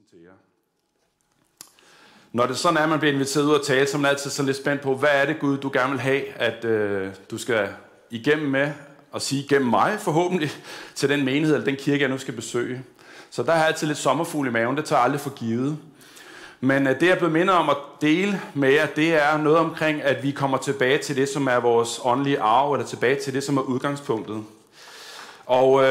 til jer. Når det sådan er, at man bliver inviteret ud at tale, så er man altid sådan lidt spændt på, hvad er det Gud, du gerne vil have, at du skal igennem med, og sige igennem mig forhåbentlig, til den menighed eller den kirke, jeg nu skal besøge. Så der har jeg altid lidt sommerfugl i maven, det tager jeg aldrig for givet. Men det, jeg er blevet mindet om at dele med jer, det er noget omkring, at vi kommer tilbage til det, som er vores åndelige arv, eller tilbage til det, som er udgangspunktet. Og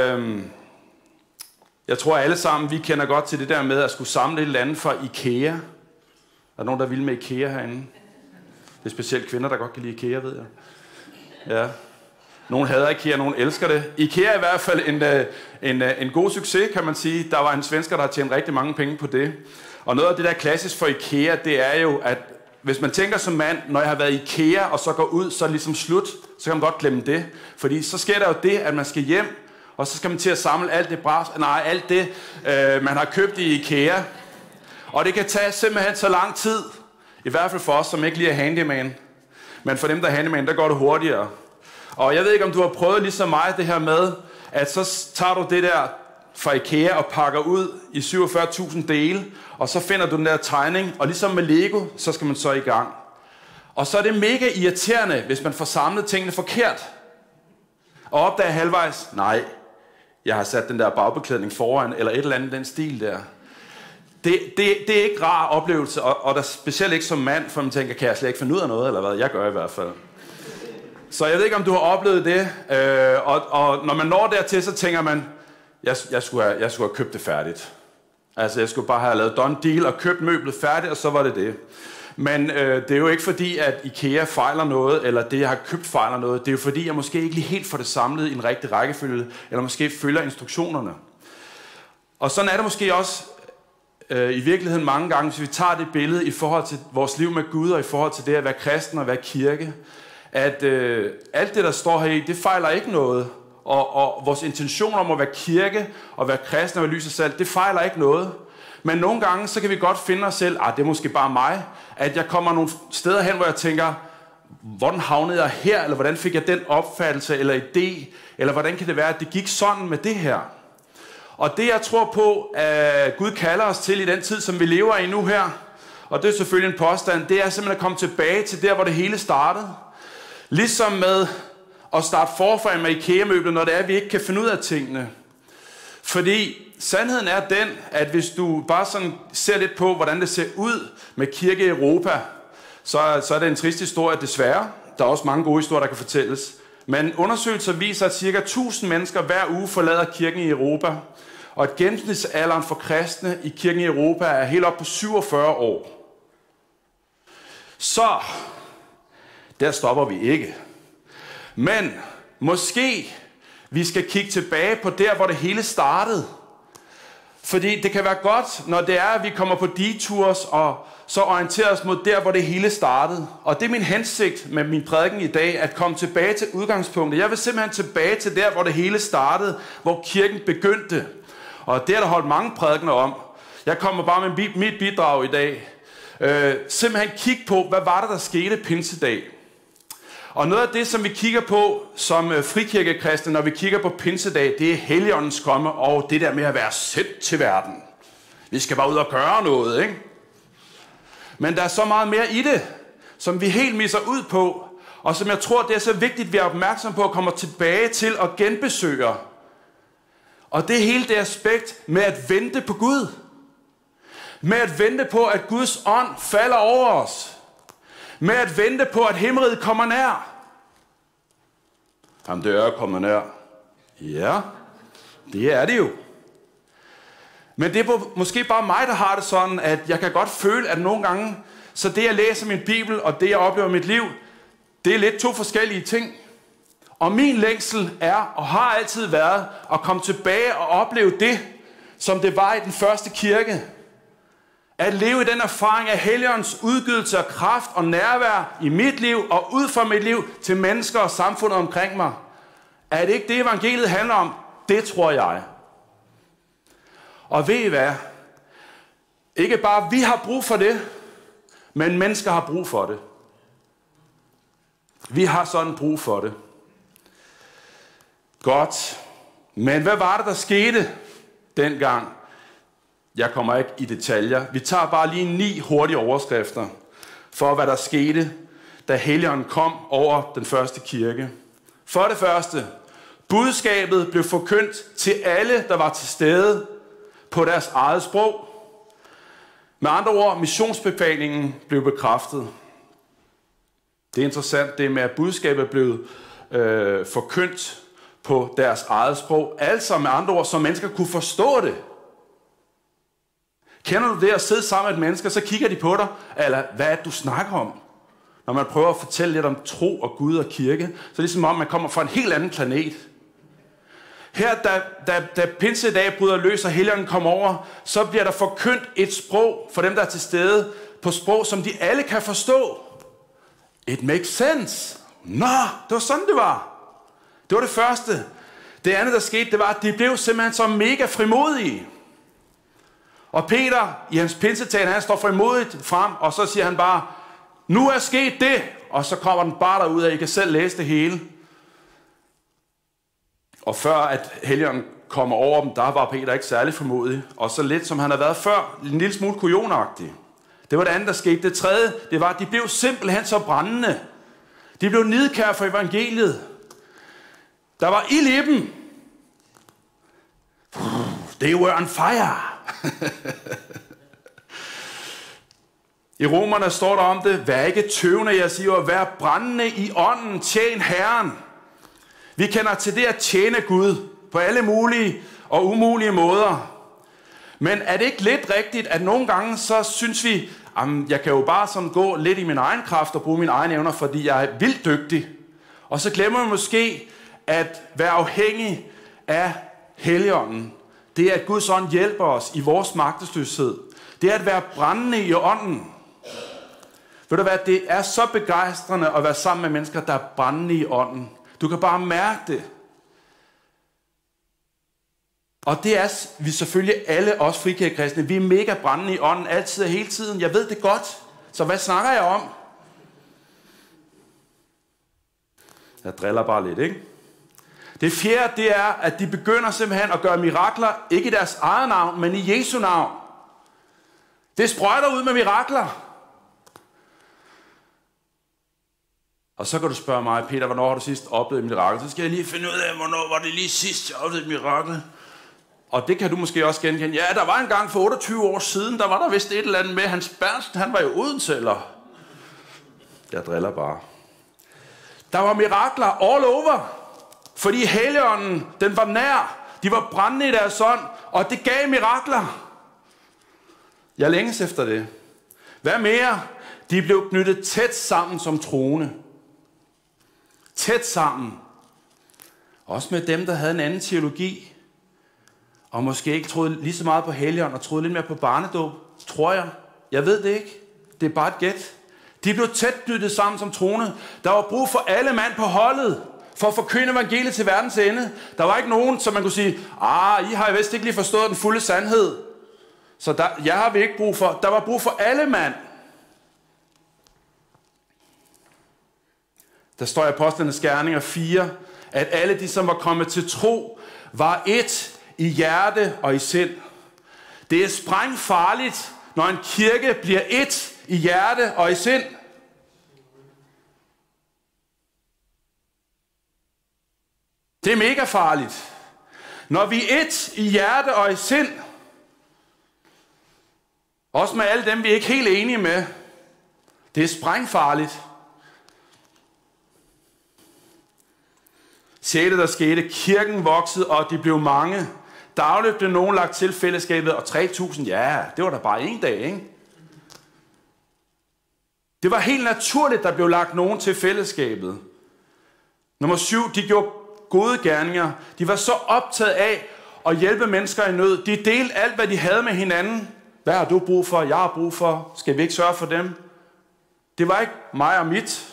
jeg tror alle sammen, vi kender godt til det der med at skulle samle et eller andet fra IKEA. Er der nogen, der vil med IKEA herinde? Det er specielt kvinder, der godt kan lide IKEA, ved jeg. Ja. Nogle hader IKEA, nogle elsker det. IKEA er i hvert fald en god succes, kan man sige. Der var en svensker, der har tjent rigtig mange penge på det. Og noget af det, der er klassisk for IKEA, det er jo, at hvis man tænker som mand, når jeg har været i IKEA, og så går ud, så er det ligesom slut, så kan man godt glemme det. Fordi så sker der jo det, at man skal hjem, og så skal man til at samle alt det, man har købt i IKEA. Og det kan tage simpelthen så lang tid, i hvert fald for os, som ikke lige er handyman. Men for dem, der er handyman, der går det hurtigere. Og jeg ved ikke, om du har prøvet ligesom mig det her med, at så tager du det der fra IKEA og pakker ud i 47.000 dele, og så finder du den der tegning, og ligesom med Lego, så skal man så i gang. Og så er det mega irriterende, hvis man får samlet tingene forkert. Og opdager halvvejs, nej, jeg har sat den der bagbeklædning foran, eller et eller andet den stil der. Det er ikke rar oplevelse, og der specielt ikke som mand, for man tænker, kan jeg slet ikke finde ud af noget, eller hvad? Jeg gør i hvert fald. Så jeg ved ikke, om du har oplevet det, og når man når dertil, så tænker man, jeg skulle have købt det færdigt. Altså, jeg skulle bare have lavet done deal og købt møblet færdigt, og så var det det. Men det er jo ikke fordi, at IKEA fejler noget, eller det, jeg har købt, fejler noget. Det er jo fordi, jeg måske ikke lige helt får det samlet i en rigtig rækkefølge, eller måske følger instruktionerne. Og sådan er det måske også i virkeligheden mange gange, hvis vi tager det billede i forhold til vores liv med Gud, og i forhold til det at være kristen og være kirke, at alt det, der står her i, det fejler ikke noget. Og vores intention om at være kirke og være kristen og være lys og salt, det fejler ikke noget. Men nogle gange, så kan vi godt finde os selv, det er måske bare mig, at jeg kommer nogle steder hen, hvor jeg tænker, hvordan havnede jeg her, eller hvordan fik jeg den opfattelse eller idé, eller hvordan kan det være, at det gik sådan med det her. Og det, jeg tror på, at Gud kalder os til i den tid, som vi lever i nu her, og det er selvfølgelig en påstand, det er simpelthen at komme tilbage til der, hvor det hele startede. Ligesom med at starte forfra med IKEA-møbler, når det er, at vi ikke kan finde ud af tingene. Fordi sandheden er den, at hvis du bare sådan ser lidt på, hvordan det ser ud med kirke i Europa, så er det en trist historie, desværre. Der er også mange gode historier, der kan fortælles. Men undersøgelser viser, at ca. 1000 mennesker hver uge forlader kirken i Europa. Og at gennemsnitsalderen for kristne i kirken i Europa er helt op på 47 år. Så der stopper vi ikke. Men måske vi skal kigge tilbage på der, hvor det hele startede. Fordi det kan være godt, når det er, at vi kommer på detours og så orienterer os mod der, hvor det hele startede. Og det er min hensigt med min prædiken i dag, at komme tilbage til udgangspunktet. Jeg vil simpelthen tilbage til der, hvor det hele startede, hvor kirken begyndte. Og det er der holdt mange prædikener om. Jeg kommer bare med mit bidrag i dag. Simpelthen kigge på, hvad var det, der skete pinsedag. Og noget af det, som vi kigger på som frikirkekristne, når vi kigger på pinsedag, det er Helligåndens komme og det der med at være sendt til verden. Vi skal bare ud og gøre noget, ikke? Men der er så meget mere i det, som vi helt misser ud på, og som jeg tror, det er så vigtigt, at vi er opmærksom på at komme tilbage til og genbesøge. Og det er hele det aspekt med at vente på Gud. Med at vente på, at Guds ånd falder over os. Med at vente på, at himmeriget kommer nær. Jamen, det er kommet nær. Ja, det er det jo. Men det er måske bare mig, der har det sådan, at jeg kan godt føle, at nogle gange, så det jeg læser min Bibel, og det jeg oplever i mit liv, det er lidt to forskellige ting. Og min længsel er, og har altid været, at komme tilbage og opleve det, som det var i den første kirke. At leve i den erfaring af Helligåndens udgydelse og kraft og nærvær i mit liv og ud fra mit liv til mennesker og samfundet omkring mig. Er det ikke det, evangeliet handler om? Det tror jeg. Og ved I hvad? Ikke bare vi har brug for det, men mennesker har brug for det. Vi har sådan brug for det. Godt. Men hvad var det, der skete dengang? Jeg kommer ikke i detaljer. Vi tager bare lige 9 hurtige overskrifter for, hvad der skete, da Helligånden kom over den første kirke. For det første, budskabet blev forkyndt til alle, der var til stede på deres eget sprog. Med andre ord, missionsbefalingen blev bekræftet. Det er interessant, det med, at budskabet blev forkyndt på deres eget sprog. Altså med andre ord, så mennesker kunne forstå det. Kender du det at sidde sammen med et menneske, så kigger de på dig, eller hvad er det, du snakker om? Når man prøver at fortælle lidt om tro og Gud og kirke, så er det ligesom om, man kommer fra en helt anden planet. Her, da pinsedag bryder løs og Helligånden kommer over, så bliver der forkyndt et sprog for dem, der er til stede, på sprog, som de alle kan forstå. It makes sense. Nå, det var sådan, det var. Det var det første. Det andet, der skete, det var, at de blev simpelthen så mega frimodige. Og Peter, i hans pinsetale, han står frimodigt frem, og så siger han bare, nu er sket det, og så kommer den bare derud, at I kan selv læse det hele. Og før at Helligånden kommer over dem, der var Peter ikke særlig frimodig, og så lidt som han har været før, en lille smule kujonagtig. Det var det andet, der skete. Det tredje, det var, at de blev simpelthen så brændende. De blev nidkære for evangeliet. Der var ild i dem. They were on fire. I Romerne står der om det, vær ikke tøvende, jeg siger, vær brændende i ånden, tjen Herren. Vi kender til det at tjene Gud på alle mulige og umulige måder. Men er det ikke lidt rigtigt, at nogle gange så synes vi, jeg kan jo bare sådan gå lidt i min egen kraft og bruge mine egne evner, fordi jeg er vildt dygtig. Og så glemmer vi måske at være afhængig af Helligånden. Det er, at Guds ånd hjælper os i vores magtesløshed. Det er at være brændende i ånden. Ved du hvad, det er så begejstrende at være sammen med mennesker, der er brændende i ånden. Du kan bare mærke det. Og det er vi selvfølgelig alle os frikirkekristne. Vi er mega brændende i ånden altid og hele tiden. Jeg ved det godt. Så hvad snakker jeg om? Jeg driller bare lidt, ikke? Det fjerde, det er, at de begynder simpelthen at gøre mirakler, ikke i deres eget navn, men i Jesu navn. Det sprøjter ud med mirakler. Og så kan du spørge mig, Peter, hvornår har du sidst oplevet et mirakel? Så skal jeg lige finde ud af, hvornår var det lige sidst, jeg oplevede et mirakel. Og det kan du måske også genkende. Ja, der var en gang for 28 år siden, der var der vist et eller andet med. Hans Bernsen, han var jo Odense, eller? Jeg driller bare. Der var mirakler all over. Fordi Helligånden, den var nær. De var brændende i deres ånd, og det gav mirakler. Jeg længes efter det. Hvad mere? De blev knyttet tæt sammen som troende. Tæt sammen. Også med dem, der havde en anden teologi. Og måske ikke troede lige så meget på Helligånden, og troede lidt mere på barnedåb. Tror jeg. Jeg ved det ikke. Det er bare et gæt. De blev tæt knyttet sammen som troende. Der var brug for alle mand på holdet, for at forkynde evangeliet til verdens ende. Der var ikke nogen, som man kunne sige, I har vist ikke lige forstået den fulde sandhed. Så jeg har vi ikke brug for. Der var brug for alle mand. Der står i Apostlenes Gerninger 4, at alle de, som var kommet til tro, var ét i hjerte og i sind. Det er sprængfarligt, når en kirke bliver ét i hjerte og i sind. Det er mega farligt. Når vi er ét i hjerte og i sind, også med alle dem, vi er ikke helt enige med, det er sprængfarligt. 6. der skete, kirken voksede, og de blev mange. Dagligt blev nogen lagt til fællesskabet, og 3.000, ja, det var da bare en dag, ikke? Det var helt naturligt, der blev lagt nogen til fællesskabet. Nummer 7, de gjorde gode gerninger. De var så optaget af at hjælpe mennesker i nød. De delte alt, hvad de havde med hinanden. Hvad har du brug for? Jeg har brug for. Skal vi ikke sørge for dem? Det var ikke mig og mit.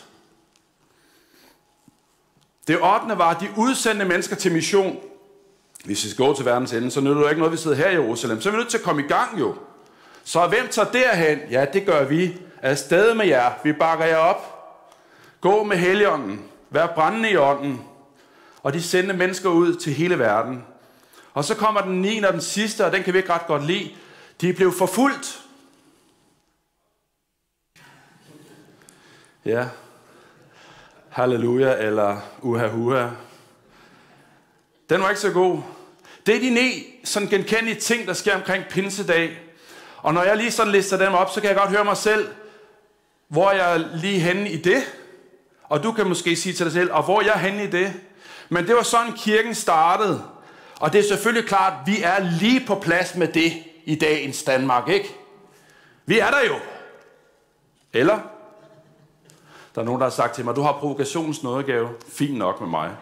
Det 8. var, at de udsendte mennesker til mission. Hvis vi skal gå til verdens ende, så nytter det ikke noget, vi sidder her i Jerusalem. Så er vi nødt til at komme i gang jo. Så hvem tager derhen? Ja, det gør vi. Afsted med jer. Vi bakker jer op. Gå med Helligånden. Vær brændende i ånden. Og de sendte mennesker ud til hele verden. Og så kommer den 9. og den sidste, og den kan vi ikke ret godt lide. De blev forfulgt. Ja. Halleluja eller uha. Den var ikke så god. Det er de sådan genkendelige ting, der sker omkring pinsedag. Og når jeg lige sådan lister dem op, så kan jeg godt høre mig selv, hvor jeg er lige henne i det. Og du kan måske sige til dig selv, og hvor jeg er henne i det. Men det var sådan, kirken startede. Og det er selvfølgelig klart, at vi er lige på plads med det i dagens Danmark, ikke? Vi er der jo. Eller? Der er nogen, der har sagt til mig, du har provokationens nådegave. Fint nok med mig.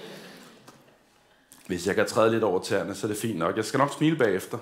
Hvis jeg kan træde lidt over tæerne, så er det fint nok. Jeg skal nok smile bagefter.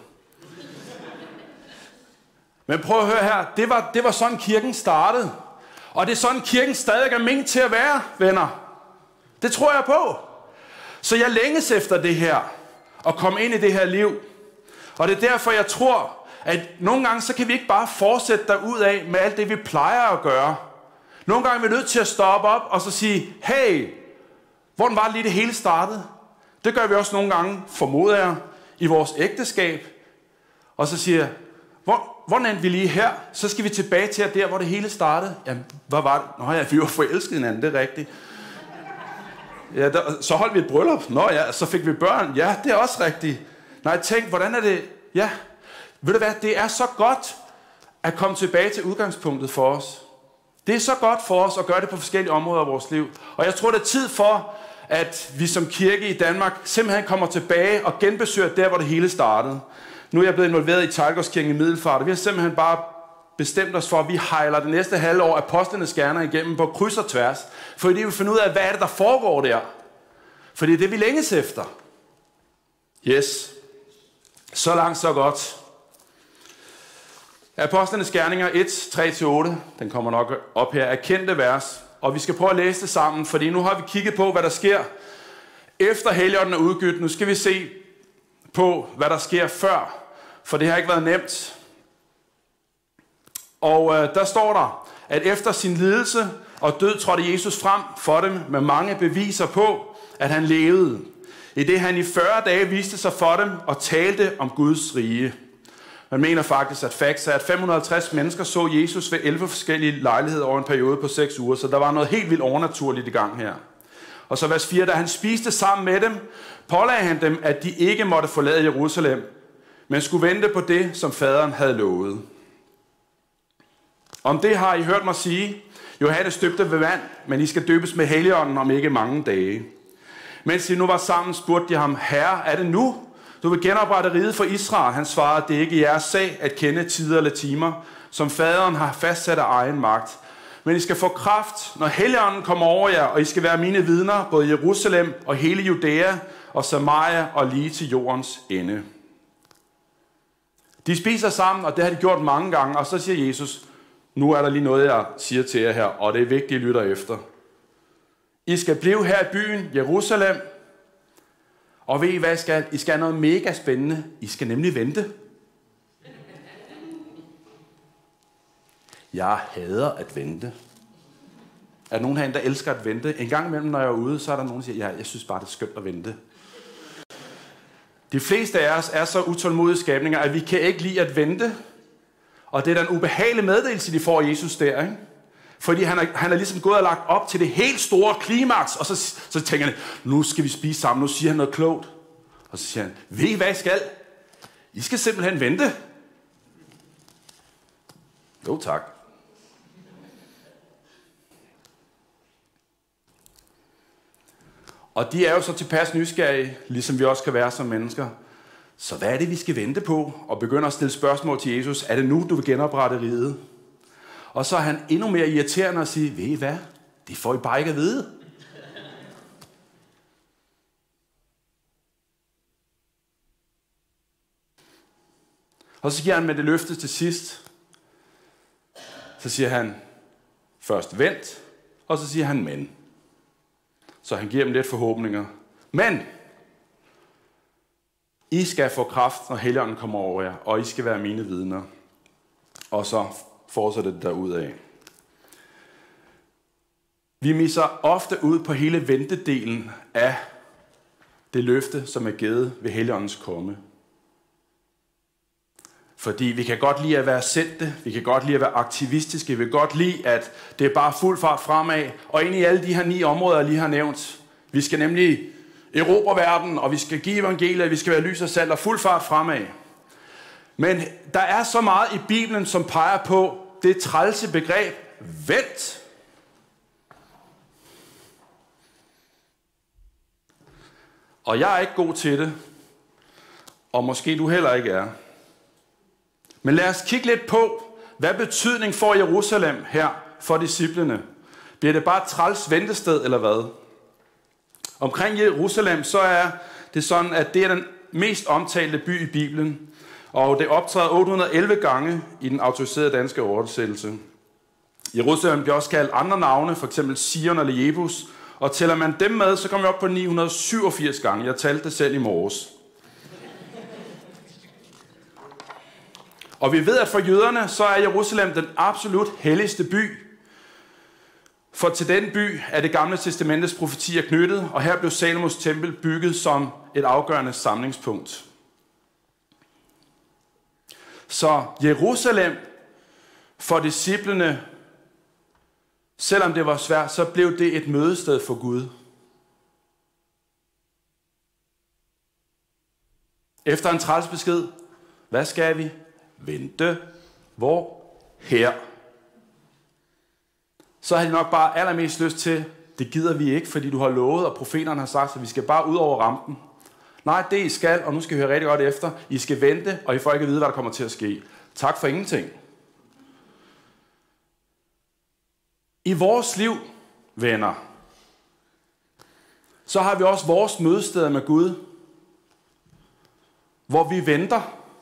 Men prøv at høre her. Det var sådan, kirken startede. Og det er sådan, kirken stadig er ment til at være, venner. Det tror jeg på. Så jeg længes efter det her. Og komme ind i det her liv. Og det er derfor, jeg tror, at nogle gange, så kan vi ikke bare fortsætte derudad med alt det, vi plejer at gøre. Nogle gange er vi nødt til at stoppe op og så sige, hey, hvordan var det lige det hele startede? Det gør vi også nogle gange, formoder jeg, i vores ægteskab. Og så siger jeg, hvordan endte vi lige her? Så skal vi tilbage til der, hvor det hele startede. Jamen, hvad var det? Nå ja, vi var forelskede hinanden, det er rigtigt. Ja, så holdt vi et bryllup. Nå ja, så fik vi børn. Ja, det er også rigtigt. Nej, tænk, hvordan er det? Ja, ved du hvad, det er så godt at komme tilbage til udgangspunktet for os. Det er så godt for os at gøre det på forskellige områder af vores liv. Og jeg tror, det er tid for, at vi som kirke i Danmark simpelthen kommer tilbage og genbesøger der, hvor det hele startede. Nu er jeg blevet involveret i Teglgårdskirken i Middelfart, og vi har simpelthen bare bestemt os for, at vi hejler det næste halve år apostlenes gerninger igennem på kryds og tværs. Fordi vi vil finde ud af, hvad er det, der foregår der. For det er det, vi længes efter. Yes. Så langt, så godt. Apostlenes gerninger 1, 3-8, den kommer nok op her, er kendte vers. Og vi skal prøve at læse det sammen, fordi nu har vi kigget på, hvad der sker efter Helligånden er udgivet. Nu skal vi se på, hvad der sker før, for det har ikke været nemt. Og der står der, at efter sin lidelse og død trådte Jesus frem for dem med mange beviser på, at han levede. I det han i 40 dage viste sig for dem og talte om Guds rige. Man mener faktisk, at facts er, at 550 mennesker så Jesus ved 11 forskellige lejligheder over en periode på 6 uger, så der var noget helt vildt overnaturligt i gang her. Og så vers 4, da han spiste sammen med dem, pålagde han dem, at de ikke måtte forlade Jerusalem, men skulle vente på det, som faderen havde lovet. Om det har I hørt mig sige, Johannes døbte ved vand, men I skal døbes med Helligånden om ikke mange dage. Mens de nu var sammen, spurgte de ham, Herre, er det nu? Du vil genoprette riget for Israel. Han svarede, det er ikke jeres sag at kende tider eller timer, som faderen har fastsat af egen magt. Men I skal få kraft, når Helligånden kommer over jer, og I skal være mine vidner, både i Jerusalem og hele Judæa og Samaria og lige til jordens ende. De spiser sammen, og det har de gjort mange gange, og så siger Jesus, nu er der lige noget, jeg siger til jer her, og det er vigtigt, I lytter efter. I skal blive her i byen, Jerusalem, og ved I hvad I skal? I skal have noget mega spændende. I skal nemlig vente. Jeg hader at vente. Er der nogen herinde, der elsker at vente? En gang imellem, når jeg er ude, så er der nogen, der siger, jeg synes bare, det er skønt at vente. De fleste af os er så utålmodige skabninger, at vi kan ikke lide at vente. Og det er den ubehagelige meddelelse, de får af Jesus der, ikke? Fordi han er ligesom gået og lagt op til det helt store klimaks, og så tænker han, nu skal vi spise sammen, nu siger han noget klogt. Og så siger han, ved I hvad I skal? I skal simpelthen vente. Jo tak. Og de er jo så tilpas nysgerrige, ligesom vi også kan være som mennesker. Så hvad er det, vi skal vente på? Og begynder at stille spørgsmål til Jesus. Er det nu, du vil genoprette riget? Og så er han endnu mere irriterende at sige, ved I hvad? Det får I bare ikke at vide. Og så giver han med det løfte til sidst. Så siger han først vent, og så siger han men. Så han giver dem lidt forhåbninger. Men I skal få kraft, når Helligånden kommer over jer, og I skal være mine vidner. Og så fortsætter det derudad. Vi misser ofte ud på hele ventedelen af det løfte, som er givet ved Helligåndens komme. Fordi vi kan godt lide at være sendte, vi kan godt lide at være aktivistiske, vi kan godt lide, at det er bare fuld fart fremad. Og ind i alle de her 9 områder, jeg lige har nævnt. Vi skal nemlig erobre verden, og vi skal give evangeliet, vi skal være lys og salt og fuld fart fremad. Men der er så meget i Bibelen, som peger på det trælse begreb, vent. Og jeg er ikke god til det, og måske du heller ikke er. Men lad os kigge lidt på, hvad betydning får Jerusalem her for disciplene. Bliver det bare et træls ventested, eller hvad? Omkring Jerusalem, så er det sådan, at det er den mest omtalte by i Bibelen, og det optræder 811 gange i den autoriserede danske oversættelse. Jerusalem bliver også kaldt andre navne, f.eks. Sion eller Jebus, og tæller man dem med, så kommer vi op på 987 gange. Jeg talte det selv i morges. Og vi ved, at for jøderne, så er Jerusalem den absolut helligste by. For til den by er det gamle testamentets profetier knyttet, og her blev Salomos tempel bygget som et afgørende samlingspunkt. Så Jerusalem for disciplene, selvom det var svært, så blev det et mødested for Gud. Efter en træls besked, hvad skal vi? Vente. Hvor? Her. Så har de nok bare allermest lyst til, det gider vi ikke, fordi du har lovet, og profeterne har sagt, at vi skal bare ud over rampen. Nej, det I skal, og nu skal I høre rigtig godt efter. I skal vente, og I får ikke at vide, hvad der kommer til at ske. Tak for ingenting. I vores liv, venner, så har vi også vores mødesteder med Gud, hvor vi venter.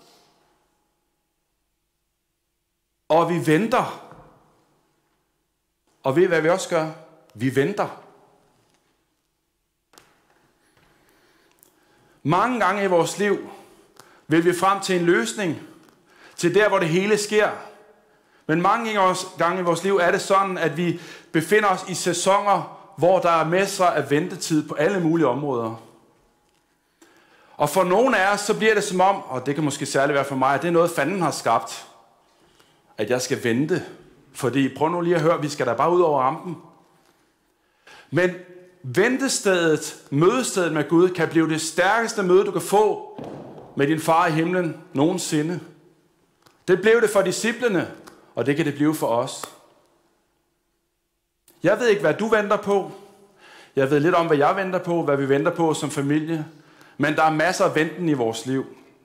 Og vi venter. Og ved I, hvad vi også gør? Vi venter. Mange gange i vores liv vil vi frem til en løsning, til der, hvor det hele sker. Men mange gange i vores liv er det sådan, at vi befinder os i sæsoner, hvor der er masser af ventetid på alle mulige områder. Og for nogle af os, så bliver det som om, og det kan måske særligt være for mig, at det er noget, fanden har skabt, at jeg skal vente. Fordi prøv nu lige at høre, vi skal da bare ud over rampen. Men ventestedet, mødestedet med Gud, kan blive det stærkeste møde, du kan få med din far i himlen nogensinde. Det blev det for disciplene, og det kan det blive for os. Jeg ved ikke, hvad du venter på. Jeg ved lidt om, hvad jeg venter på, hvad vi venter på som familie. Men der er masser af venten i vores liv.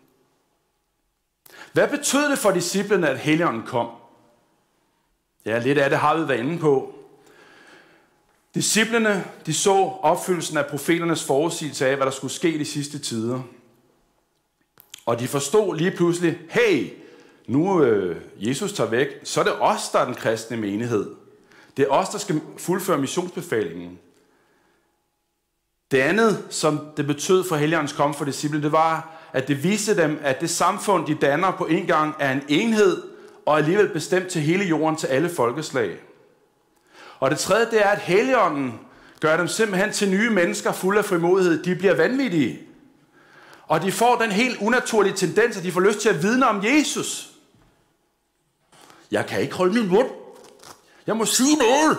Hvad betød det for disciplene, at Helligånden kom? Ja, lidt af det har vi været inde på. Disciplene, de så opfyldelsen af profeternes forudsigelse af, hvad der skulle ske i de sidste tider. Og de forstod lige pludselig, hey, nu Jesus tager væk, så er det os, der er den kristne menighed. Det er os, der skal fuldføre missionsbefalingen. Det andet, som det betød for Helligåndens komme for disciplene, det var, at det viste dem, at det samfund, de danner på en gang, er en enhed, og alligevel bestemt til hele jorden, til alle folkeslag. Og det tredje, det er, at Helligånden gør dem simpelthen til nye mennesker fulde af frimodighed. De bliver vanvittige. Og de får den helt unaturlige tendens, at de får lyst til at vidne om Jesus. Jeg kan ikke holde min mund. Jeg må sige noget.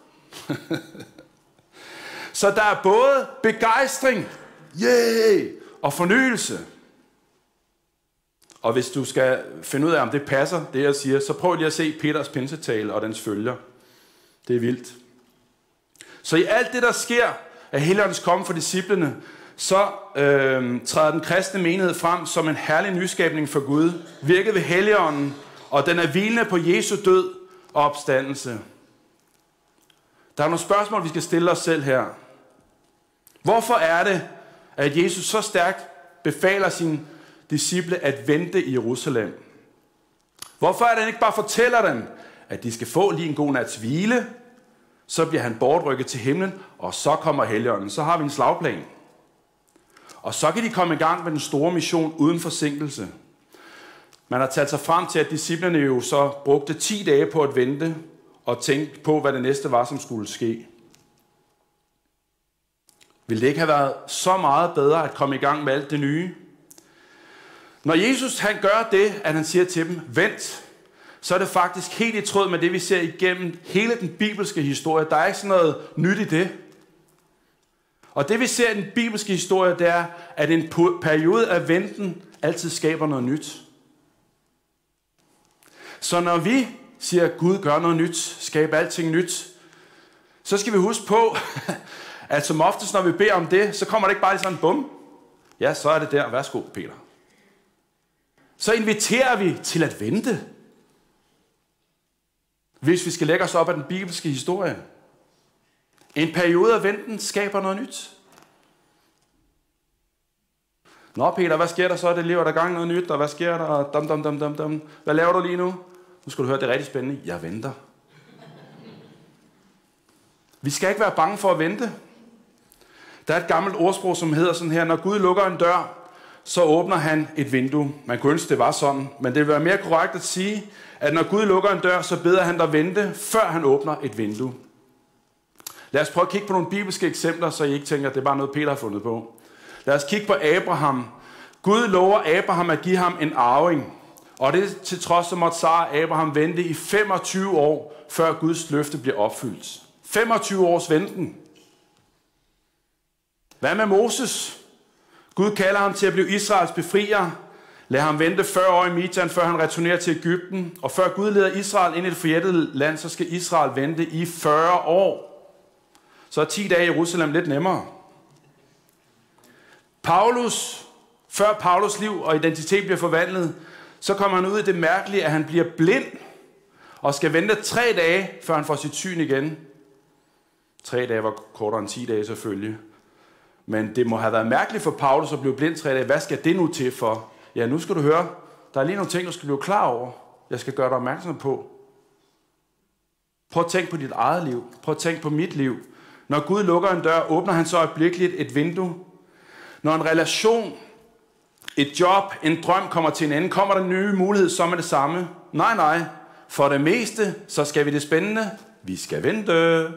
Så der er både begejstring, og fornyelse. Og hvis du skal finde ud af, om det passer, det jeg siger, så prøv lige at se Peters pinsetale og dens følger. Det er vildt. Så i alt det, der sker af Helligåndens komme for disciplene, så træder den kristne menighed frem som en herlig nyskabning for Gud, virket ved Helligånden, og den er hvilende på Jesu død og opstandelse. Der er nogle spørgsmål, vi skal stille os selv her. Hvorfor er det, at Jesus så stærkt befaler sine disciple at vente i Jerusalem? Hvorfor er det, han ikke bare fortæller dem, at de skal få lige en god nats hvile, så bliver han bortrykket til himlen, og så kommer Helligånden. Så har vi en slagplan. Og så kan de komme i gang med den store mission uden forsinkelse. Man har taget sig frem til, at disciplene jo så brugte 10 dage på at vente og tænke på, hvad det næste var, som skulle ske. Ville det ikke have været så meget bedre at komme i gang med alt det nye? Når Jesus han gør det, at han siger til dem, vent, så er det faktisk helt i tråd med det, vi ser igennem hele den bibelske historie. Der er ikke sådan noget nyt i det. Og det vi ser i den bibelske historie, det er, at en periode af venten altid skaber noget nyt. Så når vi siger, at Gud gør noget nyt, skaber alting nyt, så skal vi huske på, at som oftest, når vi beder om det, så kommer det ikke bare sådan en bum. Ja, så er det der. Værsgo, Peter. Så inviterer vi til at vente. Hvis vi skal lægge os op af den bibelske historie. En periode af venten skaber noget nyt. Nå Peter, hvad sker der så? Det lever der gang noget nyt, og hvad sker der? Hvad laver du lige nu? Nu skal du høre, det er rigtig spændende. Jeg venter. Vi skal ikke være bange for at vente. Der er et gammelt ordsprog, som hedder sådan her, når Gud lukker en dør, så åbner han et vindue. Man kunne ønske, det var sådan, men det vil være mere korrekt at sige, at når Gud lukker en dør, så beder han dig vente, før han åbner et vindue. Lad os prøve at kigge på nogle bibelske eksempler, så I ikke tænker, at det er bare noget, Peter har fundet på. Lad os kigge på Abraham. Gud lover Abraham at give ham en arving. Og det til trods, så måtte Sara Abraham vente i 25 år, før Guds løfte bliver opfyldt. 25 års venten. Hvad med Moses? Gud kalder ham til at blive Israels befrier. Lad ham vente 40 år i Midian, før han returnerer til Egypten. Og før Gud leder Israel ind i det forjættede land, så skal Israel vente i 40 år. Så er 10 dage i Jerusalem lidt nemmere. Paulus, før Paulus liv og identitet bliver forvandlet, så kommer han ud i det mærkelige, at han bliver blind og skal vente 3 dage, før han får sit syn igen. 3 dage var kortere end 10 dage selvfølgelig. Men det må have været mærkeligt for Paulus at blive blind 3 dage. Hvad skal det nu til for? Ja, nu skal du høre. Der er lige nogle ting, du skal blive klar over. Jeg skal gøre dig opmærksom på. Prøv at tænke på dit eget liv. Prøv at tænke på mit liv. Når Gud lukker en dør, åbner han så øjeblikkeligt et vindue. Når en relation, et job, en drøm kommer til en ende, kommer der en ny mulighed som er det samme. Nej. For det meste, så skal vi det spændende. Vi skal vente.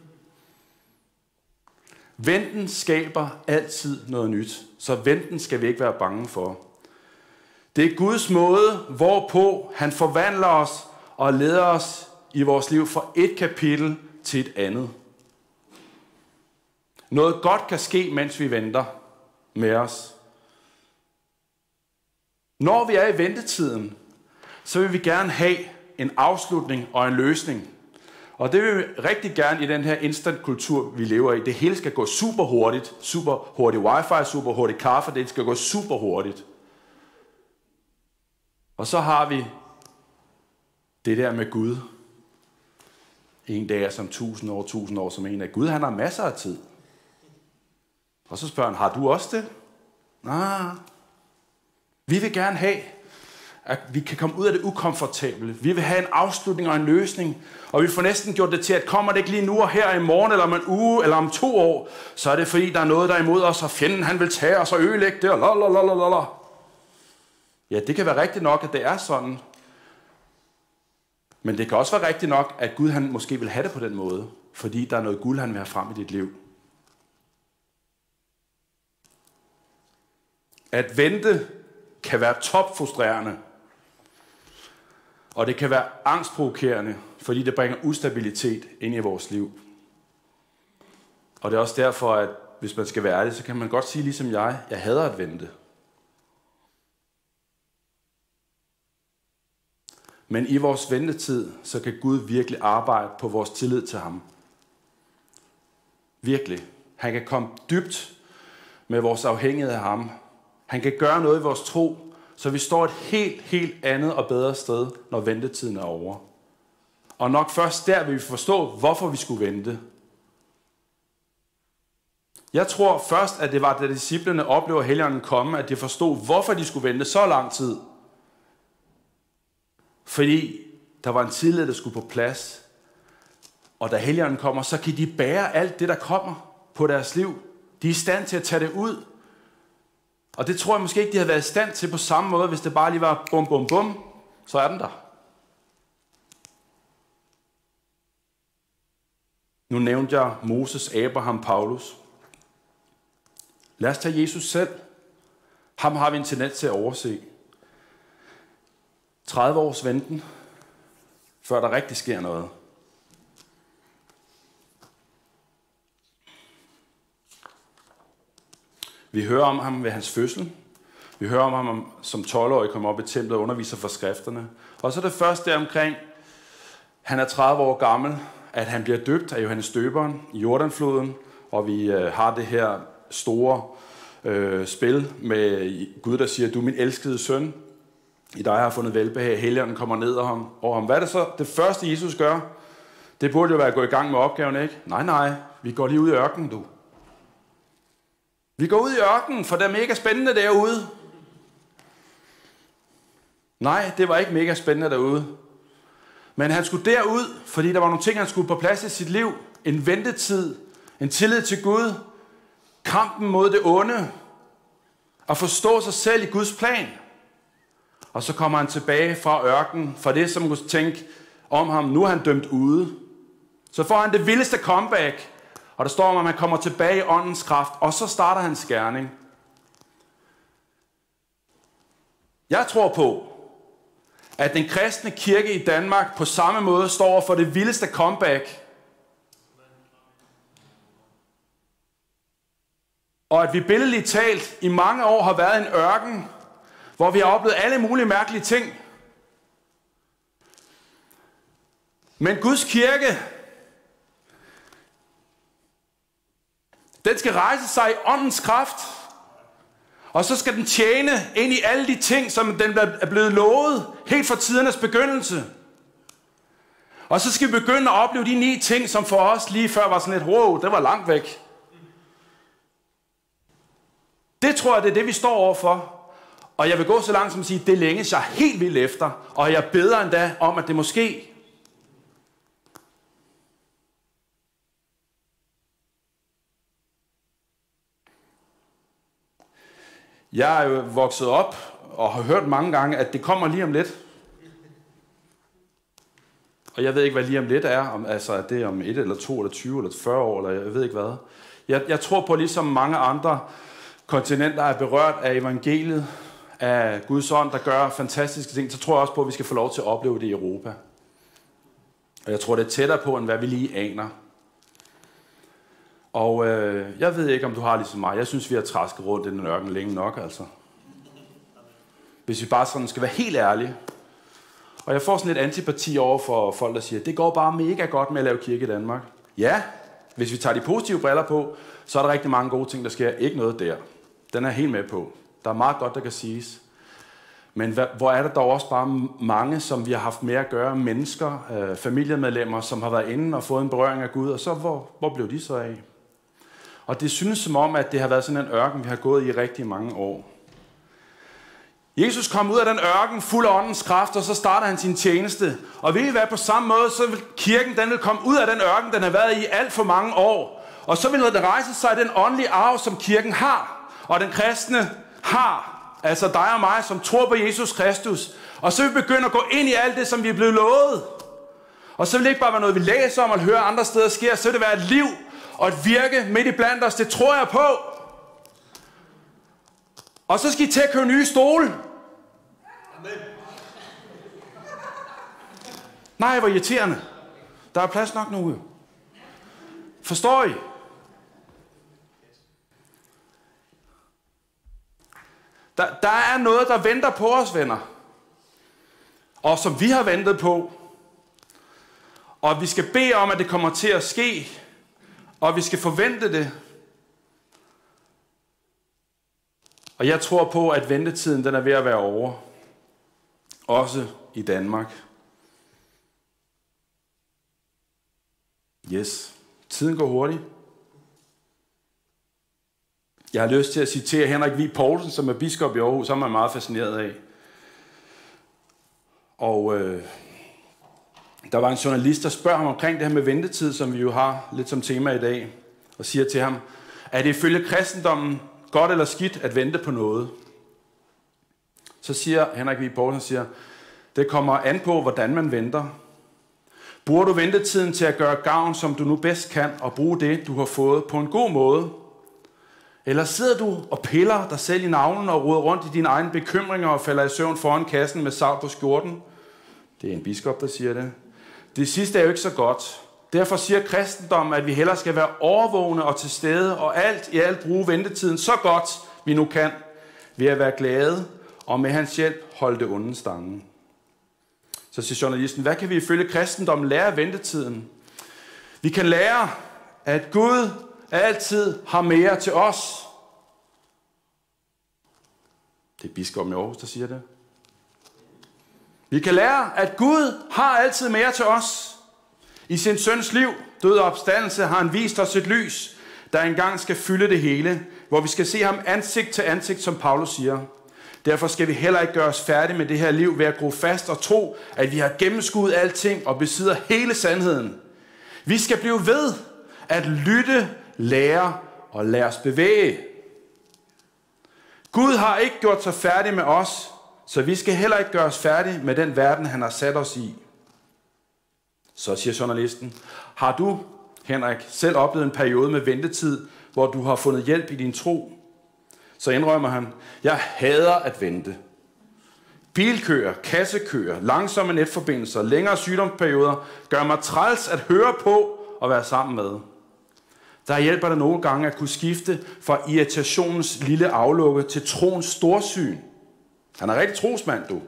Venten skaber altid noget nyt. Så venten skal vi ikke være bange for. Det er Guds måde, hvorpå han forvandler os og leder os i vores liv fra et kapitel til et andet. Noget godt kan ske, mens vi venter med os. Når vi er i ventetiden, så vil vi gerne have en afslutning og en løsning. Og det vil vi rigtig gerne i den her instant-kultur, vi lever i. Det hele skal gå super hurtigt. Super hurtig wifi, super hurtig kaffe. Det skal gå super hurtigt. Og så har vi det der med Gud. En dag er som 1000 år, 1000 år som en af Gud. Han har masser af tid. Og så spørger han, har du også det? Nej. Vi vil gerne have, at vi kan komme ud af det ukomfortable. Vi vil have en afslutning og en løsning. Og vi får næsten gjort det til, at kommer det ikke lige nu og her i morgen, eller om en uge, eller om 2 år, så er det fordi, der er noget, der er imod os, og fjenden han vil tage os og ødelægge det, og lalalala. Ja, det kan være rigtigt nok, at det er sådan. Men det kan også være rigtigt nok, at Gud han måske vil have det på den måde, fordi der er noget guld, han vil have frem i dit liv. At vente kan være topfrustrerende, og det kan være angstprovokerende, fordi det bringer ustabilitet ind i vores liv. Og det er også derfor, at hvis man skal være ærlig, så kan man godt sige ligesom jeg hader at vente. Men i vores ventetid, så kan Gud virkelig arbejde på vores tillid til ham. Virkelig. Han kan komme dybt med vores afhængighed af ham. Han kan gøre noget i vores tro, så vi står et helt andet og bedre sted, når ventetiden er over. Og nok først der vil vi forstå, hvorfor vi skulle vente. Jeg tror først, at det var, da disciplene oplever Helligånden komme, at de forstod, hvorfor de skulle vente så lang tid. Fordi der var en tillid, der skulle på plads. Og da Helligånden kommer, så kan de bære alt det, der kommer på deres liv. De er i stand til at tage det ud. Og det tror jeg måske ikke, de havde været i stand til på samme måde, hvis det bare lige var bum, bum, bum, så er den der. Nu nævnte jeg Moses, Abraham, Paulus. Lad os tage Jesus selv. Ham har vi en tendens til at overse. 30 års venten, før der rigtig sker noget. Vi hører om ham ved hans fødsel. Vi hører om ham som 12-årig kommer op i templet og underviser for skrifterne. Og så er det først der omkring, han er 30 år gammel, at han bliver døbt af Johannes Døberen i Jordanfloden, og vi har det her store spil med Gud, der siger, du er min elskede søn, i dig har jeg fundet velbehag, Helligånden kommer ned over ham. Hvad er det så? Det første Jesus gør, det burde jo være at gå i gang med opgaven, ikke? Nej, vi går lige ud i ørkenen, du. Vi går ud i ørkenen, for det er mega spændende derude. Nej, det var ikke mega spændende derude. Men han skulle derud, fordi der var nogle ting, han skulle på plads i sit liv. En ventetid, en tillid til Gud, kampen mod det onde, at forstå sig selv i Guds plan. Og så kommer han tilbage fra ørkenen, fra det, som man kunne tænke om ham. Nu er han dømt ude. Så får han det vildeste comeback. Og der står om, at man kommer tilbage i åndens kraft, og så starter hans gerning. Jeg tror på, at den kristne kirke i Danmark på samme måde står for det vildeste comeback. Og at vi billedligt talt i mange år har været en ørken, hvor vi har oplevet alle mulige mærkelige ting. Men Guds kirke, den skal rejse sig i åndens kraft. Og så skal den tjene ind i alle de ting, som den er blevet lovet, helt fra tidernes begyndelse. Og så skal vi begynde at opleve de 9 ting, som for os lige før var sådan lidt, wow, det var langt væk. Det tror jeg, det er det, vi står overfor. Og jeg vil gå så langt som at sige, det længes jeg helt vildt efter. Og jeg beder endda om, at det måske. Jeg er jo vokset op og har hørt mange gange, at det kommer lige om lidt. Og jeg ved ikke, hvad lige om lidt er. Altså, er det om 1 eller 2 eller 20 eller 40 år, eller jeg ved ikke hvad. Jeg tror på, ligesom mange andre kontinenter er berørt af evangeliet, af Guds ånd, der gør fantastiske ting, så tror jeg også på, at vi skal få lov til at opleve det i Europa. Og jeg tror, det er tættere på, end hvad vi lige aner. Og jeg ved ikke, om du har ligesom mig. Jeg synes, vi har trasket rundt i den ørken længe nok, altså. Hvis vi bare sådan skal være helt ærlige. Og jeg får sådan lidt antipati over for folk, der siger, det går bare mega godt med at lave kirke i Danmark. Ja, hvis vi tager de positive briller på, så er der rigtig mange gode ting, der sker. Ikke noget der. Den er helt med på. Der er meget godt, der kan siges. Men hvor er der dog også bare mange, som vi har haft med at gøre, mennesker, familiemedlemmer, som har været inde og fået en berøring af Gud, og så hvor blev de så af? Og det synes som om, at det har været sådan en ørken, vi har gået i rigtig mange år. Jesus kom ud af den ørken fuld af åndens kraft, og så starter han sin tjeneste. Og vil I være på samme måde, så vil kirken den vil komme ud af den ørken, den har været i alt for mange år. Og så vil den rejse sig den åndelige arv, som kirken har, og den kristne har. Altså dig og mig, som tror på Jesus Kristus. Og så vil vi begynde at gå ind i alt det, som vi er blevet lovet. Og så vil det ikke bare være noget, vi læser om og hører andre steder sker. Så vil det være et liv og et virke midt i blandt os. Det tror jeg på. Og så skal I til at købe nye stole. Amen. Nej, hvor irriterende. Der er plads nok nu. Forstår I? Der er noget, der venter på os, venner. Og som vi har ventet på. Og vi skal bede om, at det kommer til at ske. Og vi skal forvente det. Og jeg tror på, at ventetiden den er ved at være over. Også i Danmark. Yes. Tiden går hurtigt. Jeg har lyst til at citere Henrik Vig Poulsen, som er biskop i Aarhus, som er meget fascineret af. Og der var en journalist, der spørger ham omkring det her med ventetid, som vi jo har lidt som tema i dag, og siger til ham, er det ifølge kristendommen godt eller skidt at vente på noget? Så siger Henrik Vig Poulsen, det kommer an på, hvordan man venter. Bruger du ventetiden til at gøre gavn, som du nu bedst kan, og bruge det, du har fået på en god måde? Eller sidder du og piller dig selv i navlen og roder rundt i dine egne bekymringer og falder i søvn foran kassen med savl på skjorten? Det er en biskop, der siger det. Det sidste er jo ikke så godt. Derfor siger kristendommen, at vi hellere skal være overvågne og til stede og alt i alt bruge ventetiden så godt, vi nu kan, ved at være glade og med hans hjælp holde det onde stangen. Så siger journalisten, hvad kan vi ifølge kristendommen lære af ventetiden? Vi kan lære, at Gud altid har mere til os. Det er biskoppen i Aarhus, der siger det. Vi kan lære, at Gud har altid mere til os. I sin søns liv, død og opstandelse, har han vist os et lys, der engang skal fylde det hele, hvor vi skal se ham ansigt til ansigt, som Paulus siger. Derfor skal vi heller ikke gøre os færdige med det her liv ved at gro fast og tro, at vi har gennemskuet alting og besidder hele sandheden. Vi skal blive ved at lytte, lære og lade os bevæge. Gud har ikke gjort sig færdig med os, så vi skal heller ikke gøre os færdige med den verden, han har sat os i. Så siger journalisten, har du, Henrik, selv oplevet en periode med ventetid, hvor du har fundet hjælp i din tro? Så indrømmer han, jeg hader at vente. Bilkøer, kassekøer, langsomme netforbindelser, længere sygdomsperioder gør mig træls at høre på og være sammen med. Der hjælper det nogle gange at kunne skifte fra irritationens lille aflukke til troens storsyn. Han er rigtig trosmand, du.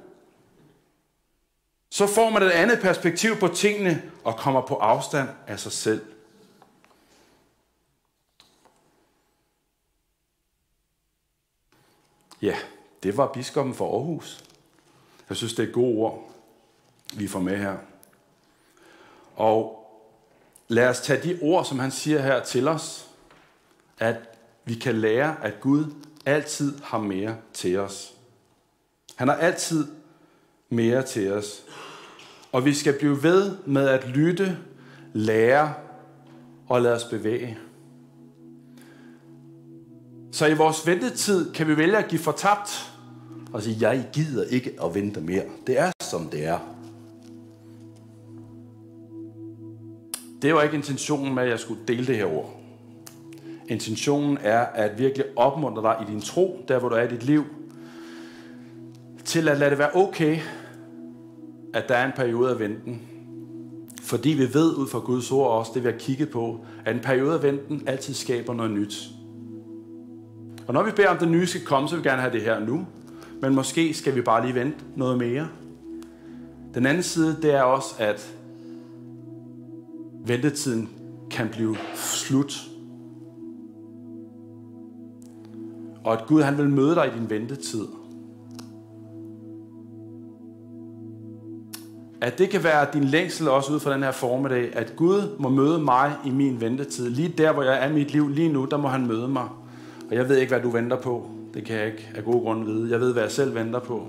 Så får man et andet perspektiv på tingene og kommer på afstand af sig selv. Ja, det var biskoppen for Aarhus. Jeg synes, det er gode ord, vi får med her. Og lad os tage de ord, som han siger her til os, at vi kan lære, at Gud altid har mere til os. Han har altid mere til os. Og vi skal blive ved med at lytte, lære og lade os bevæge. Så i vores ventetid kan vi vælge at give fortabt og sige, jeg gider ikke at vente mere. Det er, som det er. Det var ikke intentionen med, at jeg skulle dele det her ord. Intentionen er at virkelig opmuntre dig i din tro, der hvor du er i dit liv, til at lade det være okay, at der er en periode af venten. Fordi vi ved ud fra Guds ord også, det vi har kigget på, at en periode af venten altid skaber noget nyt. Og når vi beder om det nye skal komme, så vil vi gerne have det her nu. Men måske skal vi bare lige vente noget mere. Den anden side, det er også, at ventetiden kan blive slut. Og at Gud han vil møde dig i din ventetid. At det kan være din længsel også ud fra den her formiddag, at Gud må møde mig i min ventetid. Lige der, hvor jeg er i mit liv lige nu, der må han møde mig. Og jeg ved ikke, hvad du venter på. Det kan jeg ikke af gode grunde vide. Jeg ved, hvad jeg selv venter på.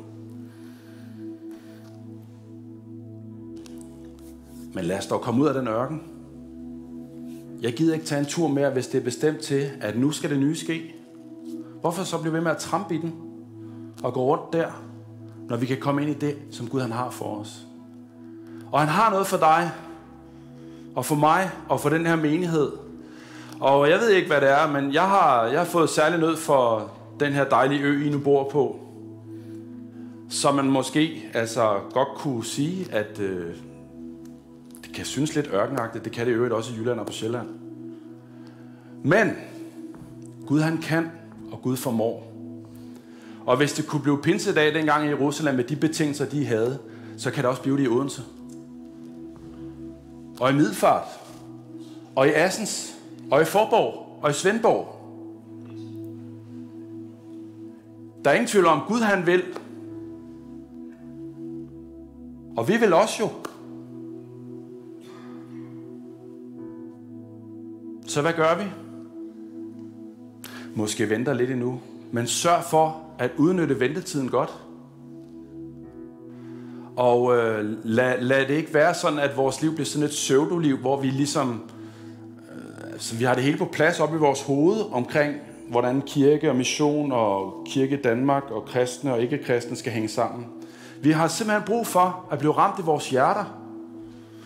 Men lad os dog komme ud af den ørken. Jeg gider ikke tage en tur mere, hvis det er bestemt til, at nu skal det nye ske. Hvorfor så blive ved med at trampe i den og gå rundt der, når vi kan komme ind i det, som Gud han har for os? Og han har noget for dig, og for mig, og for den her menighed. Og jeg ved ikke, hvad det er, men jeg har fået særlig nød for den her dejlige ø, I nu bor på. Så man måske godt kunne sige, at det kan synes lidt ørkenagtigt. Det kan det i øvrigt også i Jylland og på Sjælland. Men Gud han kan, og Gud formår. Og hvis det kunne blive pinsedag dengang i Jerusalem med de betingelser, de havde, så kan det også blive det i Odense. Og i Middelfart. Og i Assens. Og i Forborg. Og i Svendborg. Der er ingen tvivl om, Gud han vil. Og vi vil også jo. Så hvad gør vi? Måske venter lidt endnu. Men sørg for at udnytte ventetiden godt. Og lad det ikke være sådan, at vores liv bliver sådan et pseudoliv, hvor vi ligesom, vi har det hele på plads op i vores hoved omkring, hvordan kirke og mission og kirke Danmark og kristne og ikke-kristne skal hænge sammen. Vi har simpelthen brug for at blive ramt i vores hjerter,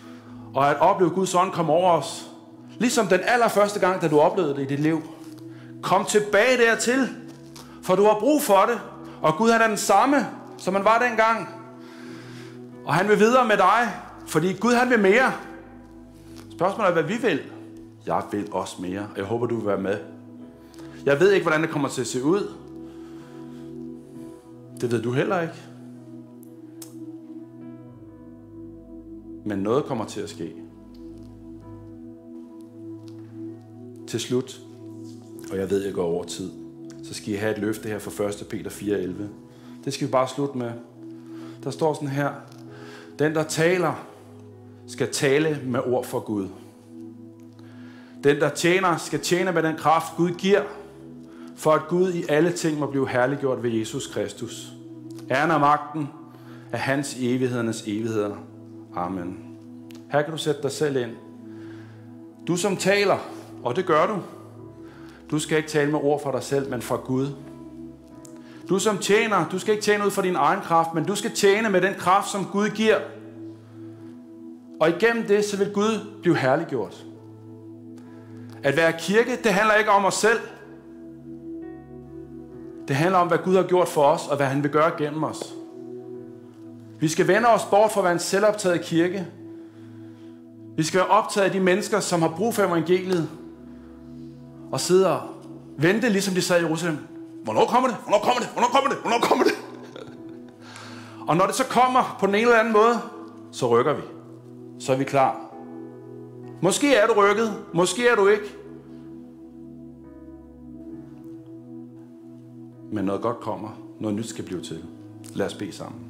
og at opleve Guds ånd komme over os. Ligesom den allerførste gang, da du oplevede det i dit liv. Kom tilbage dertil, for du har brug for det. Og Gud han er den samme, som han var dengang. Og han vil videre med dig, fordi Gud han vil mere. Spørgsmålet er, hvad vi vil. Jeg vil også mere, og jeg håber, du vil være med. Jeg ved ikke, hvordan det kommer til at se ud. Det ved du heller ikke. Men noget kommer til at ske. Til slut, og jeg ved, jeg går over tid, så skal I have et løfte her fra 1. Peter 4:11. Det skal vi bare slutte med. Der står sådan her. Den, der taler, skal tale med ord fra Gud. Den, der tjener, skal tjene med den kraft, Gud giver, for at Gud i alle ting må blive herliggjort ved Jesus Kristus. Æren og magten er hans i evighedernes evigheder. Amen. Her kan du sætte dig selv ind. Du som taler, og det gør du. Du skal ikke tale med ord fra dig selv, men fra Gud. Du som tjener, du skal ikke tjene ud fra din egen kraft, men du skal tjene med den kraft, som Gud giver. Og igennem det, så vil Gud blive herliggjort. At være kirke, det handler ikke om os selv. Det handler om, hvad Gud har gjort for os, og hvad han vil gøre gennem os. Vi skal vende os bort fra at være en selvoptaget kirke. Vi skal være optaget af de mennesker, som har brug for evangeliet. Og sidde og vente, ligesom de sad i Jerusalem. Hvornår kommer det? Hvornår kommer det? Hvornår kommer det? Hvornår kommer det? Og når det så kommer på den ene eller anden måde, så rykker vi. Så er vi klar. Måske er du rykket, måske er du ikke. Men noget godt kommer. Noget nyt skal blive til. Lad os bede sammen.